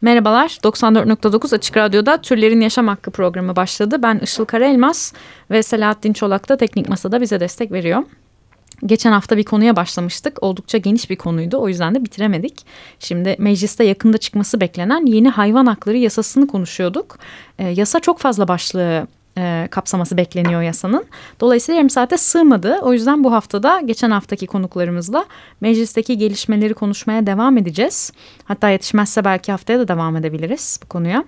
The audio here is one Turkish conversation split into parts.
Merhabalar, 94.9 Açık Radyo'da Türlerin Yaşam Hakkı programı başladı. Ben Işıl Karaelmaz ve Selahattin Çolak da Teknik Masa'da bize destek veriyor. Geçen hafta bir konuya başlamıştık. Oldukça geniş bir konuydu, o yüzden de bitiremedik. Şimdi mecliste yakında çıkması beklenen yeni hayvan hakları yasasını konuşuyorduk. Yasa çok fazla başlığı kapsaması bekleniyor yasanın. Dolayısıyla yarım saate sığmadı. O yüzden bu haftada geçen haftaki konuklarımızla meclisteki gelişmeleri konuşmaya devam edeceğiz. Hatta yetişmezse belki haftaya da devam edebiliriz bu konuya.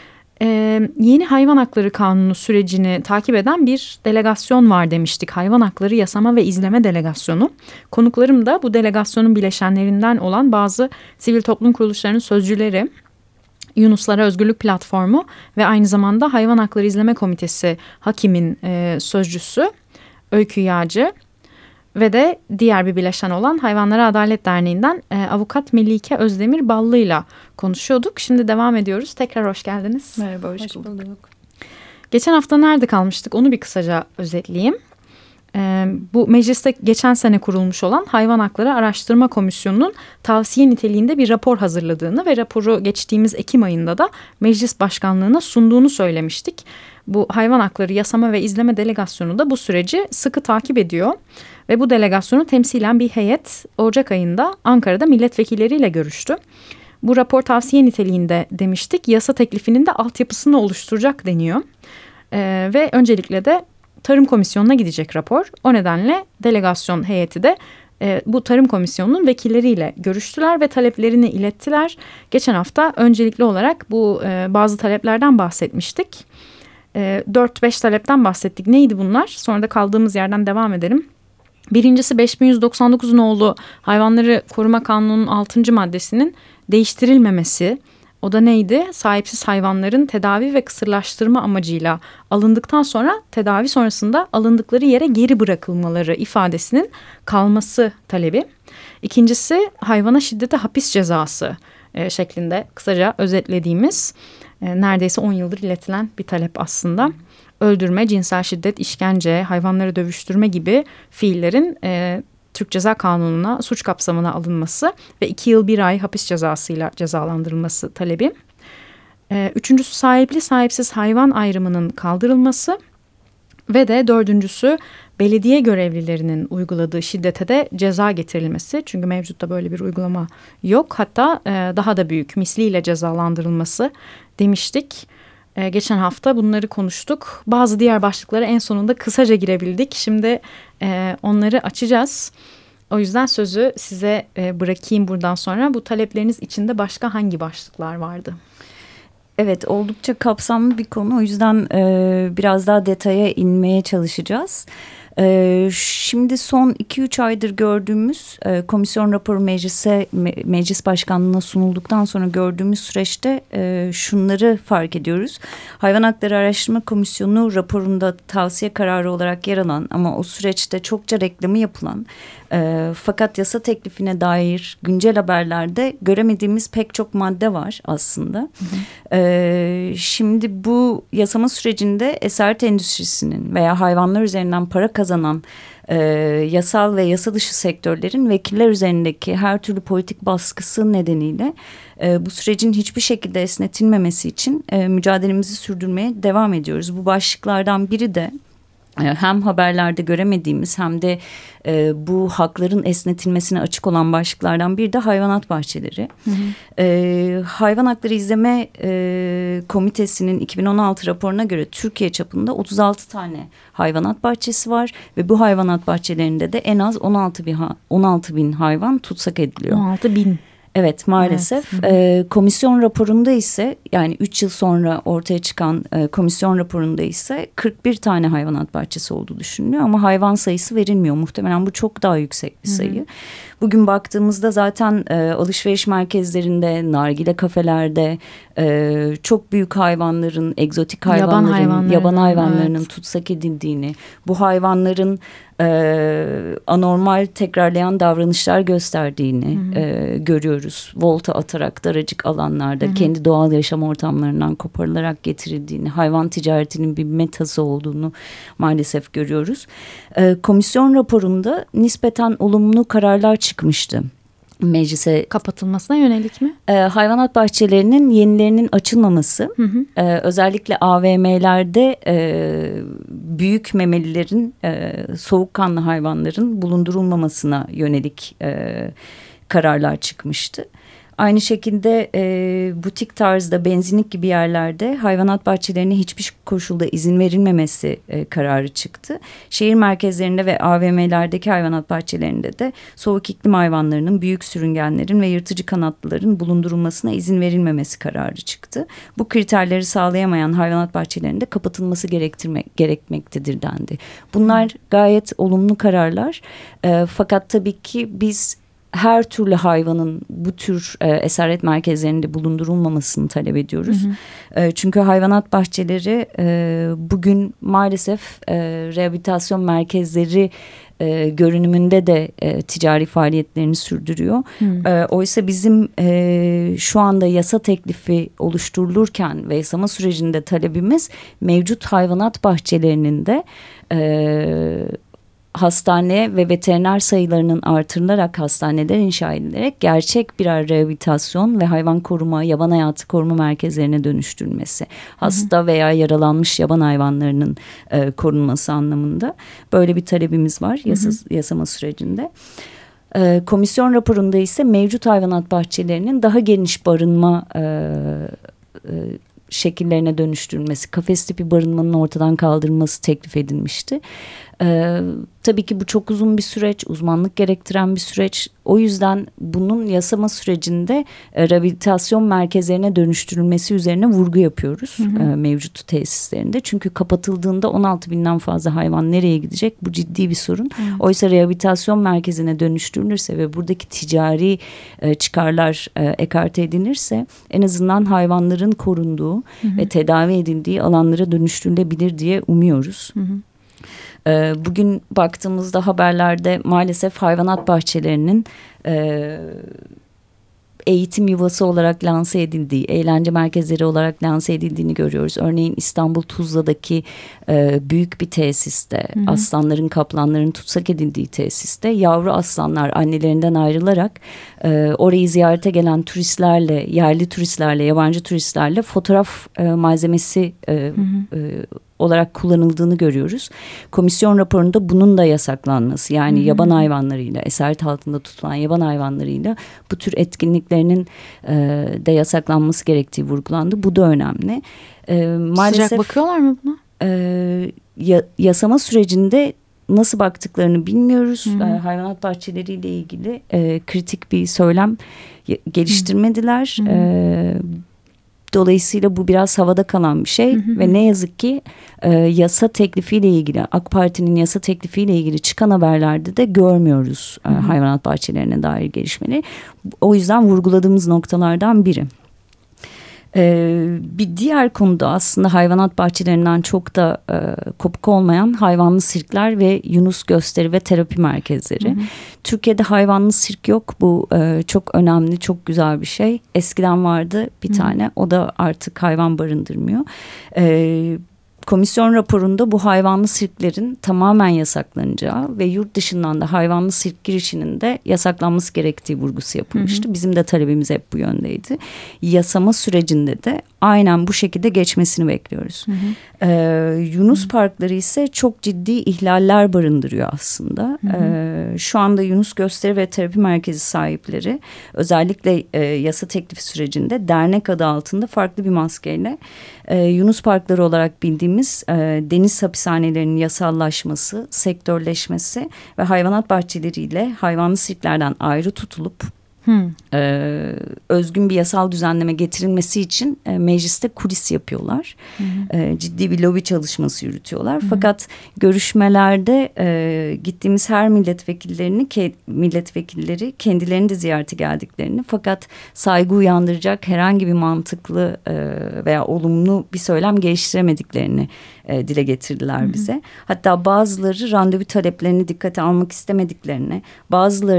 Yeni hayvan hakları kanunu sürecini takip eden bir delegasyon var demiştik. Hayvan hakları yasama ve izleme delegasyonu. Konuklarım da bu delegasyonun bileşenlerinden olan bazı sivil toplum kuruluşlarının sözcüleri. Yunuslara Özgürlük Platformu ve aynı zamanda Hayvan Hakları İzleme Komitesi Hakim'in sözcüsü Öykü Yağcı ve de diğer bir bileşen olan Hayvanlara Adalet Derneği'nden avukat Melike Özdemir Ballı'yla konuşuyorduk. Şimdi devam ediyoruz. Tekrar hoş geldiniz. Merhaba, hoş bulduk. Geçen hafta nerede kalmıştık onu bir kısaca özetleyeyim. Bu mecliste geçen sene kurulmuş olan Hayvan Hakları Araştırma Komisyonu'nun tavsiye niteliğinde bir rapor hazırladığını ve raporu geçtiğimiz Ekim ayında da meclis başkanlığına sunduğunu söylemiştik. Bu Hayvan Hakları Yasama ve İzleme Delegasyonu da bu süreci sıkı takip ediyor ve bu delegasyonu temsilen bir heyet Ocak ayında Ankara'da milletvekilleriyle görüştü. Bu rapor tavsiye niteliğinde demiştik, yasa teklifinin de altyapısını oluşturacak deniyor ve öncelikle de Tarım Komisyonu'na gidecek rapor. O nedenle delegasyon heyeti de bu Tarım Komisyonu'nun vekilleriyle görüştüler ve taleplerini ilettiler. Geçen hafta öncelikli olarak bu bazı taleplerden bahsetmiştik. 4-5 talepten bahsettik. Neydi bunlar? Sonra da kaldığımız yerden devam edelim. Birincisi 5199 nolu Hayvanları Koruma Kanunu'nun 6. maddesinin değiştirilmemesi. O da neydi? Sahipsiz hayvanların tedavi ve kısırlaştırma amacıyla alındıktan sonra tedavi sonrasında alındıkları yere geri bırakılmaları ifadesinin kalması talebi. İkincisi hayvana şiddete hapis cezası şeklinde kısaca özetlediğimiz neredeyse 10 yıldır iletilen bir talep aslında. Öldürme, cinsel şiddet, işkence, hayvanları dövüştürme gibi fiillerin Türk Ceza Kanunu'na suç kapsamına alınması ve 2 yıl 1 ay hapis cezasıyla cezalandırılması talebi. Üçüncüsü sahipli sahipsiz hayvan ayrımının kaldırılması ve de dördüncüsü belediye görevlilerinin uyguladığı şiddete de ceza getirilmesi. Çünkü mevcutta böyle bir uygulama yok, hatta daha da büyük misliyle cezalandırılması demiştik. Geçen hafta bunları konuştuk. Bazı diğer başlıklara en sonunda kısaca girebildik. Şimdi onları açacağız. O yüzden sözü size bırakayım buradan sonra. Bu talepleriniz içinde başka hangi başlıklar vardı? Evet, oldukça kapsamlı bir konu. O yüzden biraz daha detaya inmeye çalışacağız. Şimdi son 2-3 aydır gördüğümüz komisyon raporu meclis başkanlığına sunulduktan sonra gördüğümüz süreçte şunları fark ediyoruz. Hayvan Hakları Araştırma Komisyonu raporunda tavsiye kararı olarak yer alan ama o süreçte çokça reklamı yapılan fakat yasa teklifine dair güncel haberlerde göremediğimiz pek çok madde var aslında. Hı hı. Şimdi bu yasama sürecinde esaret endüstrisinin veya hayvanlar üzerinden para kazanan yasal ve yasa dışı sektörlerin vekiller üzerindeki her türlü politik baskısı nedeniyle bu sürecin hiçbir şekilde esnetilmemesi için mücadelemizi sürdürmeye devam ediyoruz. Bu başlıklardan biri de hem haberlerde göremediğimiz hem de bu hakların esnetilmesine açık olan başlıklardan biri de hayvanat bahçeleri. Hı hı. Hayvan Hakları İzleme Komitesi'nin 2016 raporuna göre Türkiye çapında 36 tane hayvanat bahçesi var ve bu hayvanat bahçelerinde de en az 16 bin hayvan tutsak ediliyor. 16 bin. Evet, maalesef. Evet. Komisyon raporunda ise yani 3 yıl sonra ortaya çıkan komisyon raporunda ise 41 tane hayvanat bahçesi olduğu düşünülüyor ama hayvan sayısı verilmiyor. Muhtemelen bu çok daha yüksek bir sayı. Hı hı. Bugün baktığımızda zaten alışveriş merkezlerinde, nargile kafelerde çok büyük hayvanların, egzotik hayvanların, yaban hayvanlarının evet, tutsak edildiğini, bu hayvanların anormal tekrarlayan davranışlar gösterdiğini görüyoruz. Volta atarak daracık alanlarda kendi doğal yaşam ortamlarından koparılarak getirildiğini, hayvan ticaretinin bir metası olduğunu maalesef görüyoruz. Komisyon raporunda nispeten olumlu kararlar çıkmıştı. meclise kapatılmasına yönelik mi? Hayvanat bahçelerinin yenilerinin açılmaması, özellikle AVM'lerde büyük memelilerin, soğukkanlı hayvanların bulundurulmamasına yönelik kararlar çıkmıştı. Aynı şekilde butik tarzda, benzinlik gibi yerlerde hayvanat bahçelerine hiçbir koşulda izin verilmemesi kararı çıktı. Şehir merkezlerinde ve AVM'lerdeki hayvanat bahçelerinde de soğuk iklim hayvanlarının, büyük sürüngenlerin ve yırtıcı kanatlıların bulundurulmasına izin verilmemesi kararı çıktı. Bu kriterleri sağlayamayan hayvanat bahçelerinde kapatılması gerekmektedir dendi. Bunlar gayet olumlu kararlar. Fakat tabii ki biz her türlü hayvanın bu tür esaret merkezlerinde bulundurulmamasını talep ediyoruz. Çünkü hayvanat bahçeleri bugün maalesef rehabilitasyon merkezleri görünümünde de ticari faaliyetlerini sürdürüyor. Oysa bizim şu anda yasa teklifi oluşturulurken ve yasama sürecinde talebimiz mevcut hayvanat bahçelerinin de hastane ve veteriner sayılarının artırılarak hastaneler inşa edilerek gerçek birer rehabilitasyon ve hayvan koruma, yaban hayatı koruma merkezlerine dönüştürülmesi. Hasta veya yaralanmış yaban hayvanlarının korunması anlamında böyle bir talebimiz var yasama sürecinde. Komisyon raporunda ise mevcut hayvanat bahçelerinin daha geniş barınma şekillerine dönüştürülmesi, kafes tipi barınmanın ortadan kaldırılması teklif edilmişti. Tabii ki bu çok uzun bir süreç, uzmanlık gerektiren bir süreç. O yüzden bunun yasama sürecinde rehabilitasyon merkezlerine dönüştürülmesi üzerine vurgu yapıyoruz mevcut tesislerinde. Çünkü kapatıldığında 16 binden fazla hayvan nereye gidecek? Bu ciddi bir sorun. Oysa rehabilitasyon merkezine dönüştürülürse ve buradaki ticari çıkarlar ekarte edilirse en azından hayvanların korunduğu ve tedavi edildiği alanlara dönüştürülebilir diye umuyoruz. Bugün baktığımızda haberlerde maalesef hayvanat bahçelerinin eğitim yuvası olarak lanse edildiği, eğlence merkezleri olarak lanse edildiğini görüyoruz. Örneğin İstanbul Tuzla'daki büyük bir tesiste, aslanların, kaplanların tutsak edildiği tesiste yavru aslanlar annelerinden ayrılarak orayı ziyarete gelen turistlerle, yerli turistlerle, yabancı turistlerle fotoğraf malzemesi olarak kullanıldığını görüyoruz. Komisyon raporunda bunun da yasaklanması, yani yaban hayvanlarıyla, esaret altında tutulan yaban hayvanlarıyla bu tür etkinliklerinin de yasaklanması gerektiği vurgulandı. Bu da önemli. Maalesef sıcak bakıyorlar mı buna? Yasama sürecinde nasıl baktıklarını bilmiyoruz. Hayvanat bahçeleriyle ilgili kritik bir söylem geliştirmediler. Dolayısıyla bu biraz havada kalan bir şey ve ne yazık ki yasa teklifiyle ilgili, AK Parti'nin yasa teklifiyle ilgili çıkan haberlerde de görmüyoruz hayvanat bahçelerine dair gelişmeleri. O yüzden vurguladığımız noktalardan biri. Bir diğer konuda aslında hayvanat bahçelerinden çok da kopuk olmayan hayvanlı sirkler ve yunus gösteri ve terapi merkezleri. Türkiye'de hayvanlı sirk yok. Bu çok önemli, çok güzel bir şey. Eskiden vardı bir tane. O da artık hayvan barındırmıyor. Komisyon raporunda bu hayvanlı sirklerin tamamen yasaklanacağı ve yurt dışından da hayvanlı sirk girişinin de yasaklanması gerektiği vurgusu yapılmıştı. Bizim de talebimiz hep bu yöndeydi. Yasama sürecinde de aynen bu şekilde geçmesini bekliyoruz. Yunus parkları ise çok ciddi ihlaller barındırıyor aslında. Şu anda Yunus Gösteri ve Terapi Merkezi sahipleri özellikle yasa teklifi sürecinde dernek adı altında farklı bir maskeyle Yunus parkları olarak bildiğimiz deniz hapishanelerinin yasallaşması, sektörleşmesi ve hayvanat bahçeleriyle hayvanlı sirklerden ayrı tutulup özgün bir yasal düzenleme getirilmesi için mecliste kulis yapıyorlar. Ciddi bir lobi çalışması yürütüyorlar. Fakat görüşmelerde gittiğimiz her milletvekilleri kendilerini de ziyarete geldiklerini, fakat saygı uyandıracak herhangi bir mantıklı veya olumlu bir söylem geliştiremediklerini dile getirdiler bize. Hatta bazıları randevu taleplerini dikkate almak istemediklerini, bazıları da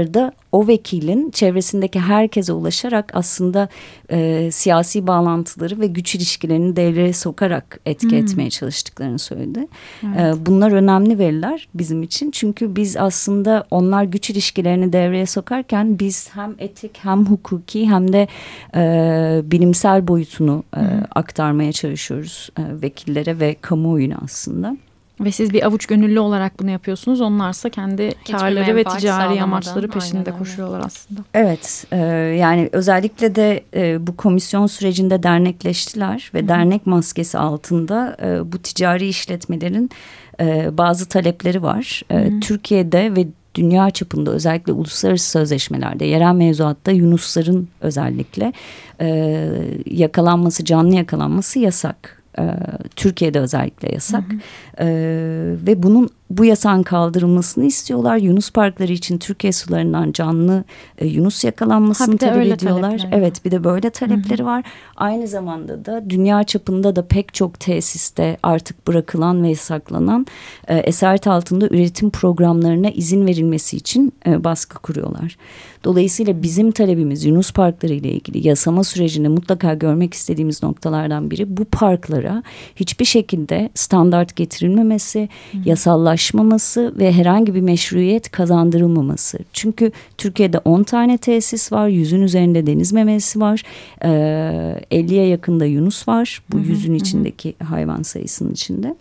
o vekilin çevresindeki herkese ulaşarak aslında siyasi bağlantıları ve güç ilişkilerini devreye sokarak etki etmeye çalıştıklarını söyledi. Evet. Bunlar önemli veriler bizim için. Çünkü biz aslında onlar güç ilişkilerini devreye sokarken biz hem etik hem hukuki hem de bilimsel boyutunu aktarmaya çalışıyoruz vekillere ve kamuoyuna aslında. Ve siz bir avuç gönüllü olarak bunu yapıyorsunuz. Onlarsa kendi kârları ve ticari amaçları peşinde koşuyorlar aslında. Evet, yani özellikle de bu komisyon sürecinde dernekleştiler ve dernek maskesi altında bu ticari işletmelerin bazı talepleri var. Türkiye'de ve dünya çapında özellikle uluslararası sözleşmelerde, yerel mevzuatta Yunusların özellikle yakalanması, canlı yakalanması yasak. Türkiye'de özellikle yasak. Ve bu yasağın kaldırılmasını istiyorlar. Yunus parkları için Türkiye sularından canlı yunus yakalanmasını talep ediyorlar. Evet, bir de böyle talepleri var. Aynı zamanda da dünya çapında da pek çok tesiste artık bırakılan ve yasaklanan esaret altında üretim programlarına izin verilmesi için baskı kuruyorlar. Dolayısıyla bizim talebimiz Yunus parkları ile ilgili yasama sürecinde mutlaka görmek istediğimiz noktalardan biri bu parklara hiçbir şekilde standart getirilmemesi, yasallaşmaması ve herhangi bir meşruiyet kazandırılmaması. Çünkü Türkiye'de 10 tane tesis var, 100'ün üzerinde deniz memesi var, 50'ye yakında yunus var bu 100'ün içindeki hayvan sayısının içinde.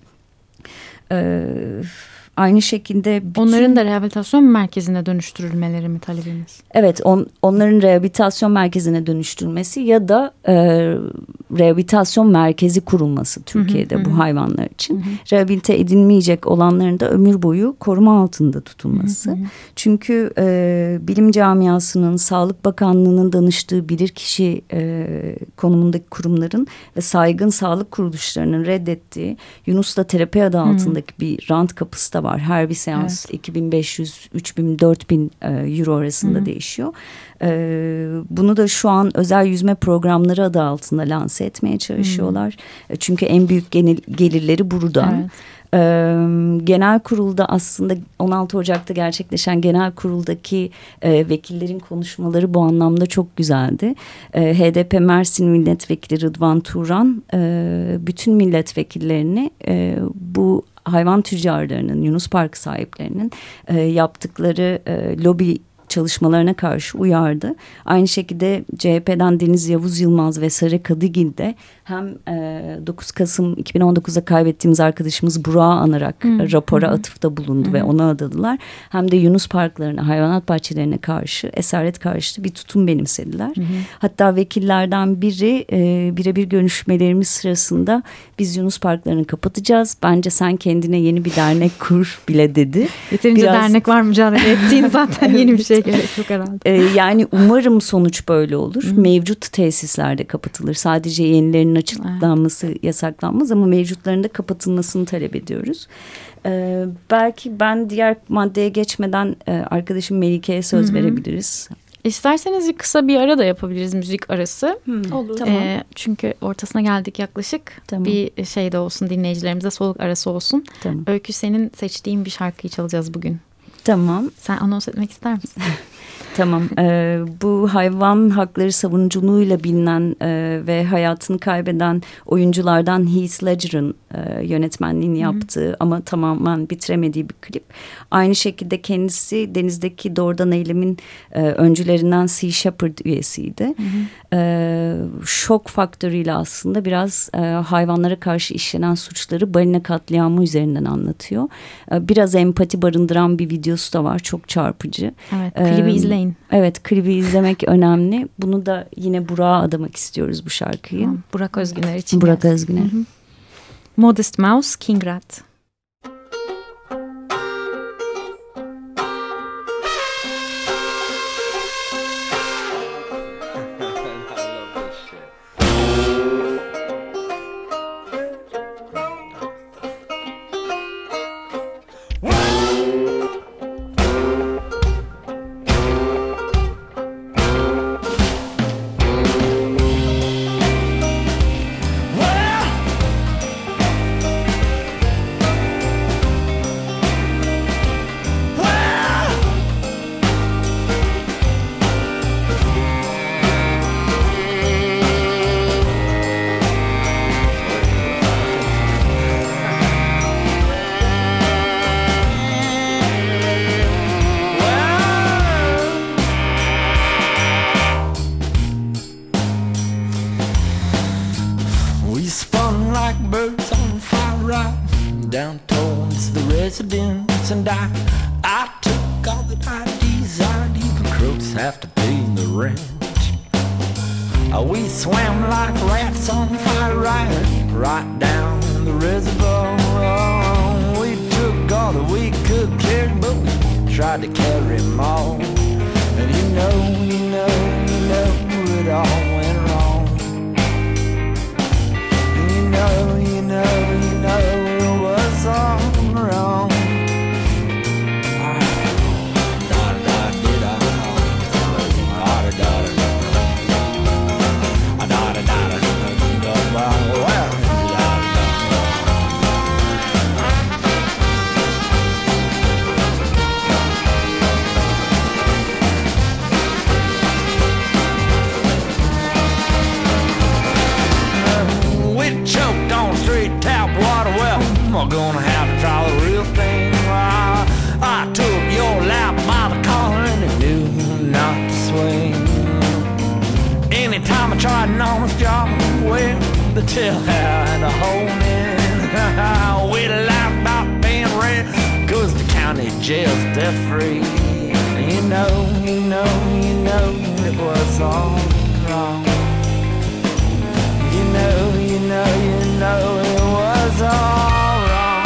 Aynı şekilde onların da rehabilitasyon merkezine dönüştürülmeleri mi talebimiz? Evet, onların rehabilitasyon merkezine dönüştürülmesi ya da rehabilitasyon merkezi kurulması Türkiye'de bu hayvanlar için. Rehabilite edilmeyecek olanların da ömür boyu koruma altında tutulması. Çünkü bilim camiasının, Sağlık Bakanlığı'nın danıştığı bilirkişi konumundaki kurumların ve saygın sağlık kuruluşlarının reddettiği Yunus'la terapi adı altındaki bir rant kapısı da var. Her bir seans 2500, 3000, 4000 euro arasında değişiyor. Bunu da şu an özel yüzme programları adı altında lanse etmeye çalışıyorlar. Çünkü en büyük gelirleri buradan. Evet. Genel kurulda aslında 16 Ocak'ta gerçekleşen genel kuruldaki vekillerin konuşmaları bu anlamda çok güzeldi. HDP Mersin Milletvekili Rıdvan Turan bütün milletvekillerini bu hayvan tüccarlarının, Yunus Parkı sahiplerinin yaptıkları lobi çalışmalarına karşı uyardı. Aynı şekilde CHP'den Deniz Yavuz Yılmaz ve Sarı Kadıgil de hem 9 Kasım 2019'da kaybettiğimiz arkadaşımız Burak'ı anarak rapora atıfta bulundu ve ona adadılar. Hem de Yunus parklarına, hayvanat bahçelerine karşı, esaret karşıtı bir tutum benimsediler. Hatta vekillerden biri birebir görüşmelerimiz sırasında biz Yunus parklarını kapatacağız. Bence sen kendine yeni bir dernek kur bile dedi. Yeterince dernek var mücadele ettiğin zaten yeni bir şey gerek yok herhalde. Yani umarım sonuç böyle olur. Mevcut tesislerde kapatılır. Sadece yenilerinin açıklanması yasaklanmaz ama mevcutlarında kapatılmasını talep ediyoruz. Belki ben diğer maddeye geçmeden arkadaşım Melike'ye söz verebiliriz. İsterseniz kısa bir ara da yapabiliriz, müzik arası. Olur. Tamam. Çünkü ortasına geldik yaklaşık. Tamam. Bir şey de olsun, dinleyicilerimize soluk arası olsun. Tamam. Öykü, senin seçtiğin bir şarkıyı çalacağız bugün. Tamam. Sen anons etmek ister misin? Tamam. Bu hayvan hakları savunuculuğuyla bilinen ve hayatını kaybeden oyunculardan Heath Ledger'ın yönetmenliğini yaptığı ama tamamen bitiremediği bir klip. Aynı şekilde kendisi denizdeki doğrudan eylemin öncülerinden Sea Shepherd üyesiydi. Şok faktörüyle aslında biraz hayvanlara karşı işlenen suçları balina katliamı üzerinden anlatıyor. Biraz empati barındıran bir videosu da var. Çok çarpıcı. Evet, klibi izleyin. Evet, klibi izlemek önemli. Bunu da yine Burak'a adamak istiyoruz bu şarkıyı. Burak Özgüner için. Burak Özgüner. Modest Mouse, King Rat. like birds on fire right down towards the residence. And I took all the IDs, even crooks have to pay the rent. We swam like rats on fire right down the reservoir. We took all that we could carry, but we tried to carry them all. And you know, it all went wrong. And you know, it was all wrong. Choked on straight tap water. Well, I'm gonna have to try the real thing. I took your lap by the collar and it knew not to swing. Anytime I tried an honest job, well, the tail had a hole in. We laughed about being red, 'cause the county jail's death free. You know, it was all wrong. You know, it was all wrong.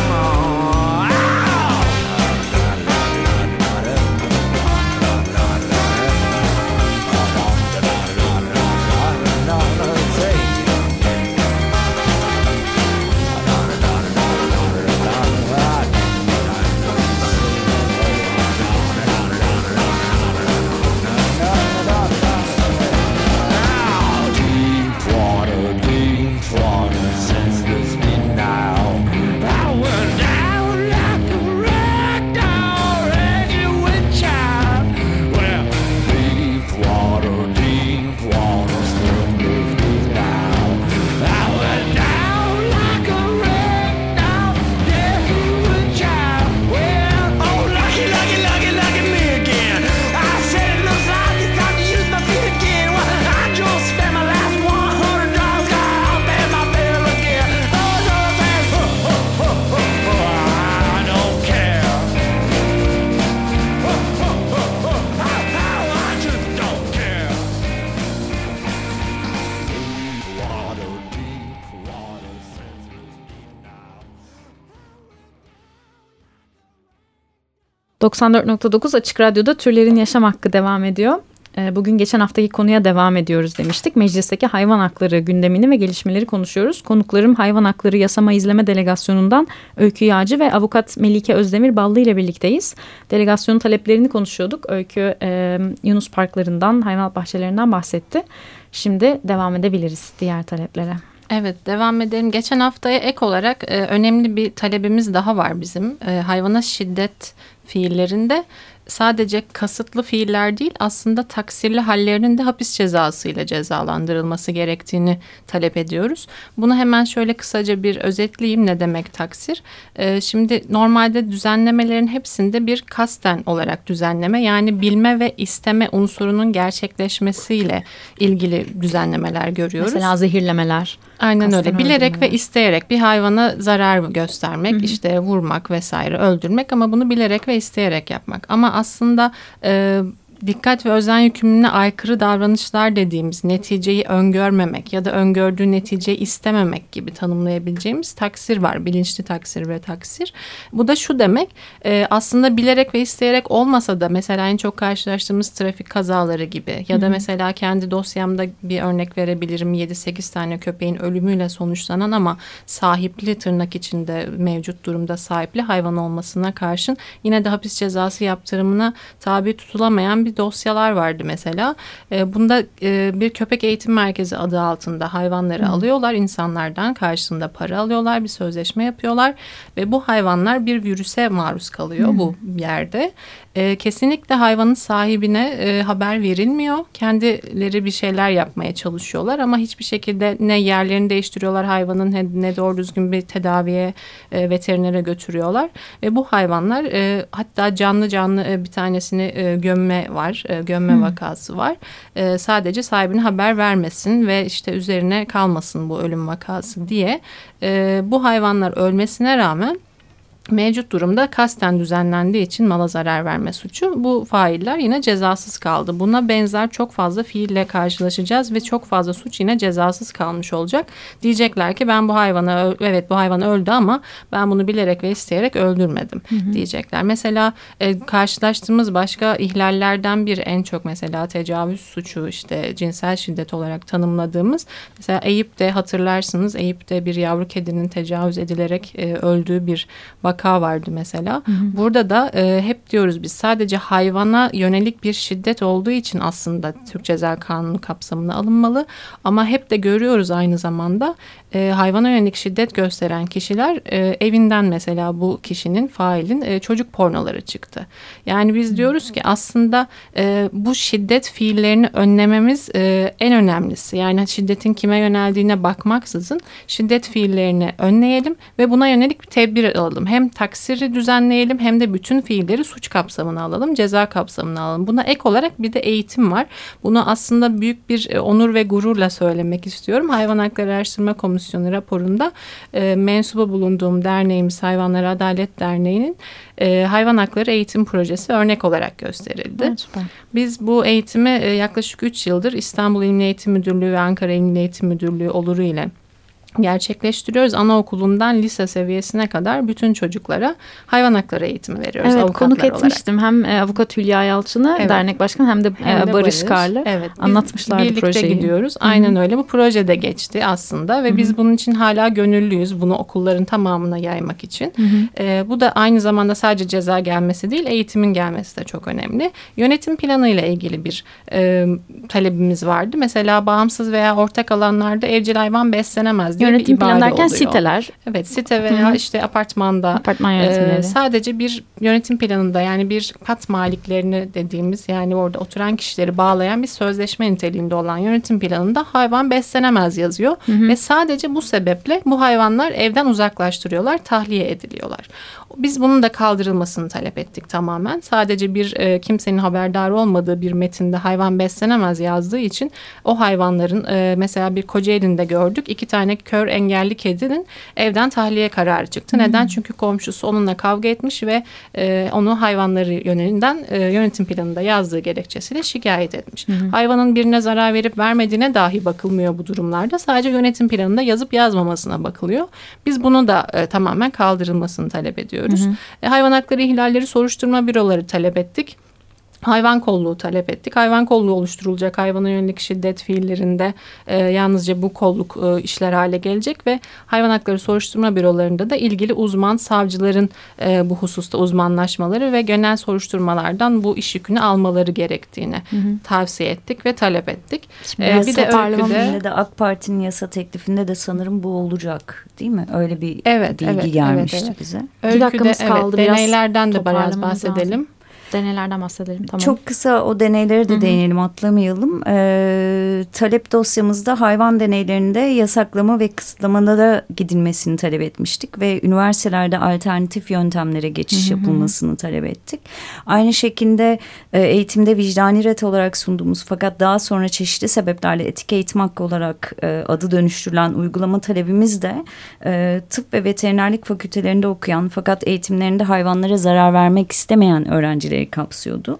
...94.9 Açık Radyo'da Türlerin Yaşam Hakkı devam ediyor. Bugün geçen haftaki konuya devam ediyoruz demiştik. Meclisteki hayvan hakları gündemini ve gelişmeleri konuşuyoruz. Konuklarım Hayvan Hakları Yasama İzleme Delegasyonu'ndan Öykü Yağcı ve Avukat Melike Özdemir Ballı ile birlikteyiz. Delegasyonun taleplerini konuşuyorduk. Öykü Yunus parklarından, hayvanat bahçelerinden bahsetti. Şimdi devam edebiliriz diğer taleplere. Evet, devam edelim. Geçen haftaya ek olarak önemli bir talebimiz daha var bizim. Hayvana şiddet fiillerinde sadece kasıtlı fiiller değil, aslında taksirli hallerinin de hapis cezası ile cezalandırılması gerektiğini talep ediyoruz. Bunu hemen şöyle kısaca bir özetleyeyim, ne demek taksir? Şimdi normalde düzenlemelerin hepsinde bir kasten olarak düzenleme, yani bilme ve isteme unsurunun gerçekleşmesiyle ilgili düzenlemeler görüyoruz. Mesela zehirlemeler. Aynen öyle. Bilerek ve isteyerek bir hayvana zarar göstermek, işte vurmak vesaire, öldürmek, ama bunu bilerek ve isteyerek yapmak. Ama aslında dikkat ve özen yükümlülüğüne aykırı davranışlar dediğimiz, neticeyi öngörmemek ya da öngördüğü neticeyi istememek gibi tanımlayabileceğimiz taksir var. Bilinçli taksir ve taksir. Bu da şu demek, aslında bilerek ve isteyerek olmasa da mesela en çok karşılaştığımız trafik kazaları gibi ya da mesela kendi dosyamda bir örnek verebilirim. 7-8 tane köpeğin ölümüyle sonuçlanan ama sahipli, tırnak içinde mevcut durumda sahipli hayvan olmasına karşın yine de hapis cezası yaptırımına tabi tutulamayan bir dosyalar vardı mesela. Bunda bir köpek eğitim merkezi adı altında hayvanları alıyorlar. İnsanlardan karşılığında para alıyorlar. Bir sözleşme yapıyorlar. Ve bu hayvanlar bir virüse maruz kalıyor bu yerde. Kesinlikle hayvanın sahibine haber verilmiyor. Kendileri bir şeyler yapmaya çalışıyorlar ama hiçbir şekilde ne yerlerini değiştiriyorlar hayvanın ne doğru düzgün bir tedaviye veterinere götürüyorlar. Ve bu hayvanlar hatta canlı bir tanesini gömme vakası var. Sadece sahibine haber vermesin ve işte üzerine kalmasın bu ölüm vakası diye bu hayvanlar ölmesine rağmen mevcut durumda kasten düzenlendiği için mala zarar verme suçu, bu failler yine cezasız kaldı. Buna benzer çok fazla fiille karşılaşacağız ve çok fazla suç yine cezasız kalmış olacak. Diyecekler ki ben bu hayvan öldü ama ben bunu bilerek ve isteyerek öldürmedim diyecekler. Mesela karşılaştığımız başka ihlallerden biri, en çok mesela tecavüz suçu, işte cinsel şiddet olarak tanımladığımız, mesela Eyüp'te hatırlarsınız, Eyüp'te bir yavru kedinin tecavüz edilerek öldüğü bir vaka vardı mesela. Burada da hep diyoruz biz, sadece hayvana yönelik bir şiddet olduğu için aslında Türk Ceza Kanunu kapsamına alınmalı. Ama hep de görüyoruz aynı zamanda hayvana yönelik şiddet gösteren kişiler evinden mesela bu kişinin, failin çocuk pornoları çıktı. Yani biz diyoruz ki aslında bu şiddet fiillerini önlememiz en önemlisi. Yani şiddetin kime yöneldiğine bakmaksızın şiddet fiillerini önleyelim ve buna yönelik bir tedbir alalım. Hem taksiri düzenleyelim hem de bütün fiilleri suç kapsamına alalım, ceza kapsamına alalım. Buna ek olarak bir de eğitim var. Bunu aslında büyük bir onur ve gururla söylemek istiyorum. Hayvan Hakları Araştırma Komisyonu raporunda mensubu bulunduğum derneğimiz Hayvanlara Adalet Derneği'nin hayvan hakları eğitim projesi örnek olarak gösterildi. Evet, süper. Biz bu eğitimi yaklaşık 3 yıldır İstanbul İl Milli Eğitim Müdürlüğü ve Ankara İl Milli Eğitim Müdürlüğü oluru ile gerçekleştiriyoruz. Anaokulundan lise seviyesine kadar bütün çocuklara hayvan hakları eğitimi veriyoruz. Evet, konuk etmiştim. Hem avukat Hülya Yalçın'ı, dernek başkanı, hem de Barış Karlı. Evet, anlatmışlardı birlikte projeyi. Birlikte gidiyoruz. Aynen öyle. Bu proje de geçti aslında ve biz bunun için hala gönüllüyüz. Bunu okulların tamamına yaymak için. Bu da aynı zamanda sadece ceza gelmesi değil, eğitimin gelmesi de çok önemli. Yönetim planı ile ilgili bir talebimiz vardı. Mesela bağımsız veya ortak alanlarda evcil hayvan beslenemez. Yönetim planı derken oluyor. Siteler. Evet, site veya işte apartman yönetimleri. Sadece bir yönetim planında, yani bir kat maliklerini dediğimiz, yani orada oturan kişileri bağlayan bir sözleşme niteliğinde olan yönetim planında hayvan beslenemez yazıyor. Ve sadece bu sebeple bu hayvanlar evden uzaklaştırıyorlar, tahliye ediliyorlar. Biz bunun da kaldırılmasını talep ettik tamamen. Sadece bir kimsenin haberdar olmadığı bir metinde hayvan beslenemez yazdığı için o hayvanların mesela bir Kocaeli'nde gördük. 2 tane kör engelli kedinin evden tahliye kararı çıktı. Neden? Çünkü komşusu onunla kavga etmiş ve onu hayvanları yönelinden yönetim planında yazdığı gerekçesiyle şikayet etmiş. Hayvanın birine zarar verip vermediğine dahi bakılmıyor bu durumlarda. Sadece yönetim planında yazıp yazmamasına bakılıyor. Biz bunu da tamamen kaldırılmasını talep ediyoruz. Hayvan hakları ihlalleri soruşturma büroları talep ettik. Hayvan kolluğu talep ettik. Hayvan kolluğu oluşturulacak. Hayvana yönelik şiddet fiillerinde yalnızca bu kolluk işler hale gelecek ve hayvan hakları soruşturma bürolarında da ilgili uzman savcıların bu hususta uzmanlaşmaları ve genel soruşturmalardan bu iş yükünü almaları gerektiğini tavsiye ettik ve talep ettik. Bir de öyküde de AK Parti'nin yasa teklifinde de sanırım bu olacak, değil mi? Öyle bir bilgi gelmişti bize. Bir dakikamız kaldı. Deneylerden de biraz bahsedelim. Lazım. Deneylerden bahsedelim. Tamam. Çok kısa o deneyleri de değinelim, atlamayalım. Talep dosyamızda hayvan deneylerinde yasaklama ve kısıtlamalara gidilmesini talep etmiştik ve üniversitelerde alternatif yöntemlere geçiş yapılmasını talep ettik. Aynı şekilde eğitimde vicdani ret olarak sunduğumuz fakat daha sonra çeşitli sebeplerle etik eğitim hakkı olarak adı dönüştürülen uygulama talebimiz de tıp ve veterinerlik fakültelerinde okuyan fakat eğitimlerinde hayvanlara zarar vermek istemeyen öğrencileri kapsıyordu.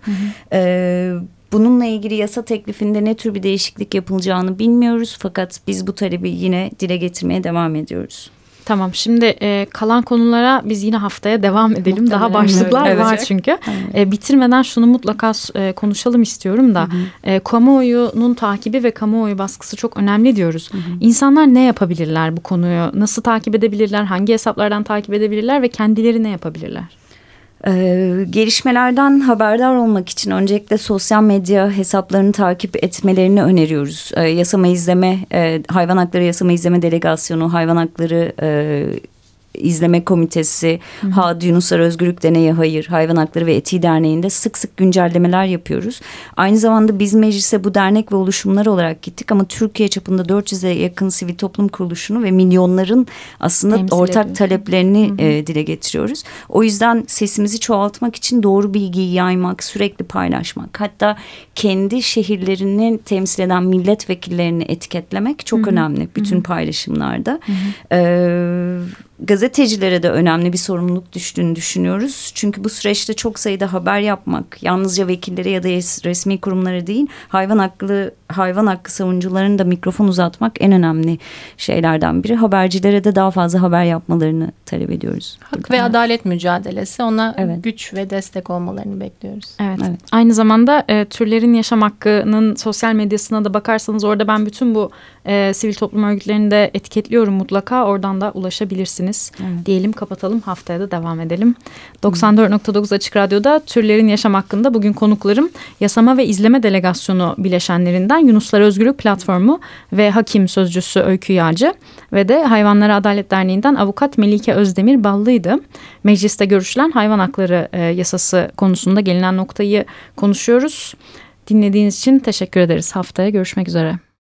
Bununla ilgili yasa teklifinde ne tür bir değişiklik yapılacağını bilmiyoruz fakat biz bu talebi yine dile getirmeye devam ediyoruz. Tamam, şimdi kalan konulara biz yine haftaya devam edelim. Muhtemelen daha başlıklar var çünkü. Bitirmeden şunu mutlaka konuşalım istiyorum da. Kamuoyunun takibi ve kamuoyu baskısı çok önemli diyoruz. İnsanlar ne yapabilirler bu konuyu? Nasıl takip edebilirler? Hangi hesaplardan takip edebilirler ve kendileri ne yapabilirler? Gelişmelerden haberdar olmak için öncelikle sosyal medya hesaplarını takip etmelerini öneriyoruz. Hayvan Hakları Yasama İzleme Delegasyonu, Hayvan Hakları İzleme Komitesi, HAD Yunuslar Özgürlük Deneyi Hayır, Hayvan Hakları ve Etiği Derneği'nde sık sık güncellemeler yapıyoruz. Aynı zamanda biz meclise bu dernek ve oluşumlar olarak gittik ama Türkiye çapında 400'e yakın sivil toplum kuruluşunu ve milyonların aslında ortak taleplerini dile getiriyoruz. O yüzden sesimizi çoğaltmak için doğru bilgiyi yaymak, sürekli paylaşmak, hatta kendi şehirlerini temsil eden milletvekillerini etiketlemek çok önemli bütün paylaşımlarda. Gazetecilere de önemli bir sorumluluk düştüğünü düşünüyoruz. Çünkü bu süreçte çok sayıda haber yapmak, yalnızca vekillere ya da resmi kurumlara değil, hayvan hakkı savunucularının da mikrofon uzatmak en önemli şeylerden biri. Habercilere de daha fazla haber yapmalarını talep ediyoruz. Hak ve adalet mücadelesi, ona güç ve destek olmalarını bekliyoruz. Evet. Aynı zamanda türlerin yaşam hakkının sosyal medyasına da bakarsanız orada ben bütün bu sivil toplum örgütlerini de etiketliyorum mutlaka. Oradan da ulaşabilirsiniz. Diyelim, kapatalım, haftaya da devam edelim. 94.9 Açık Radyo'da türlerin yaşam hakkında bugün konuklarım Yasama ve İzleme Delegasyonu bileşenlerinden Yunuslar Özgürlük Platformu ve Hakim Sözcüsü Öykü Yağcı ve de Hayvanlara Adalet Derneği'nden Avukat Melike Özdemir Ballı'ydı. Mecliste görüşülen hayvan hakları yasası konusunda gelinen noktayı konuşuyoruz. Dinlediğiniz için teşekkür ederiz. Haftaya görüşmek üzere.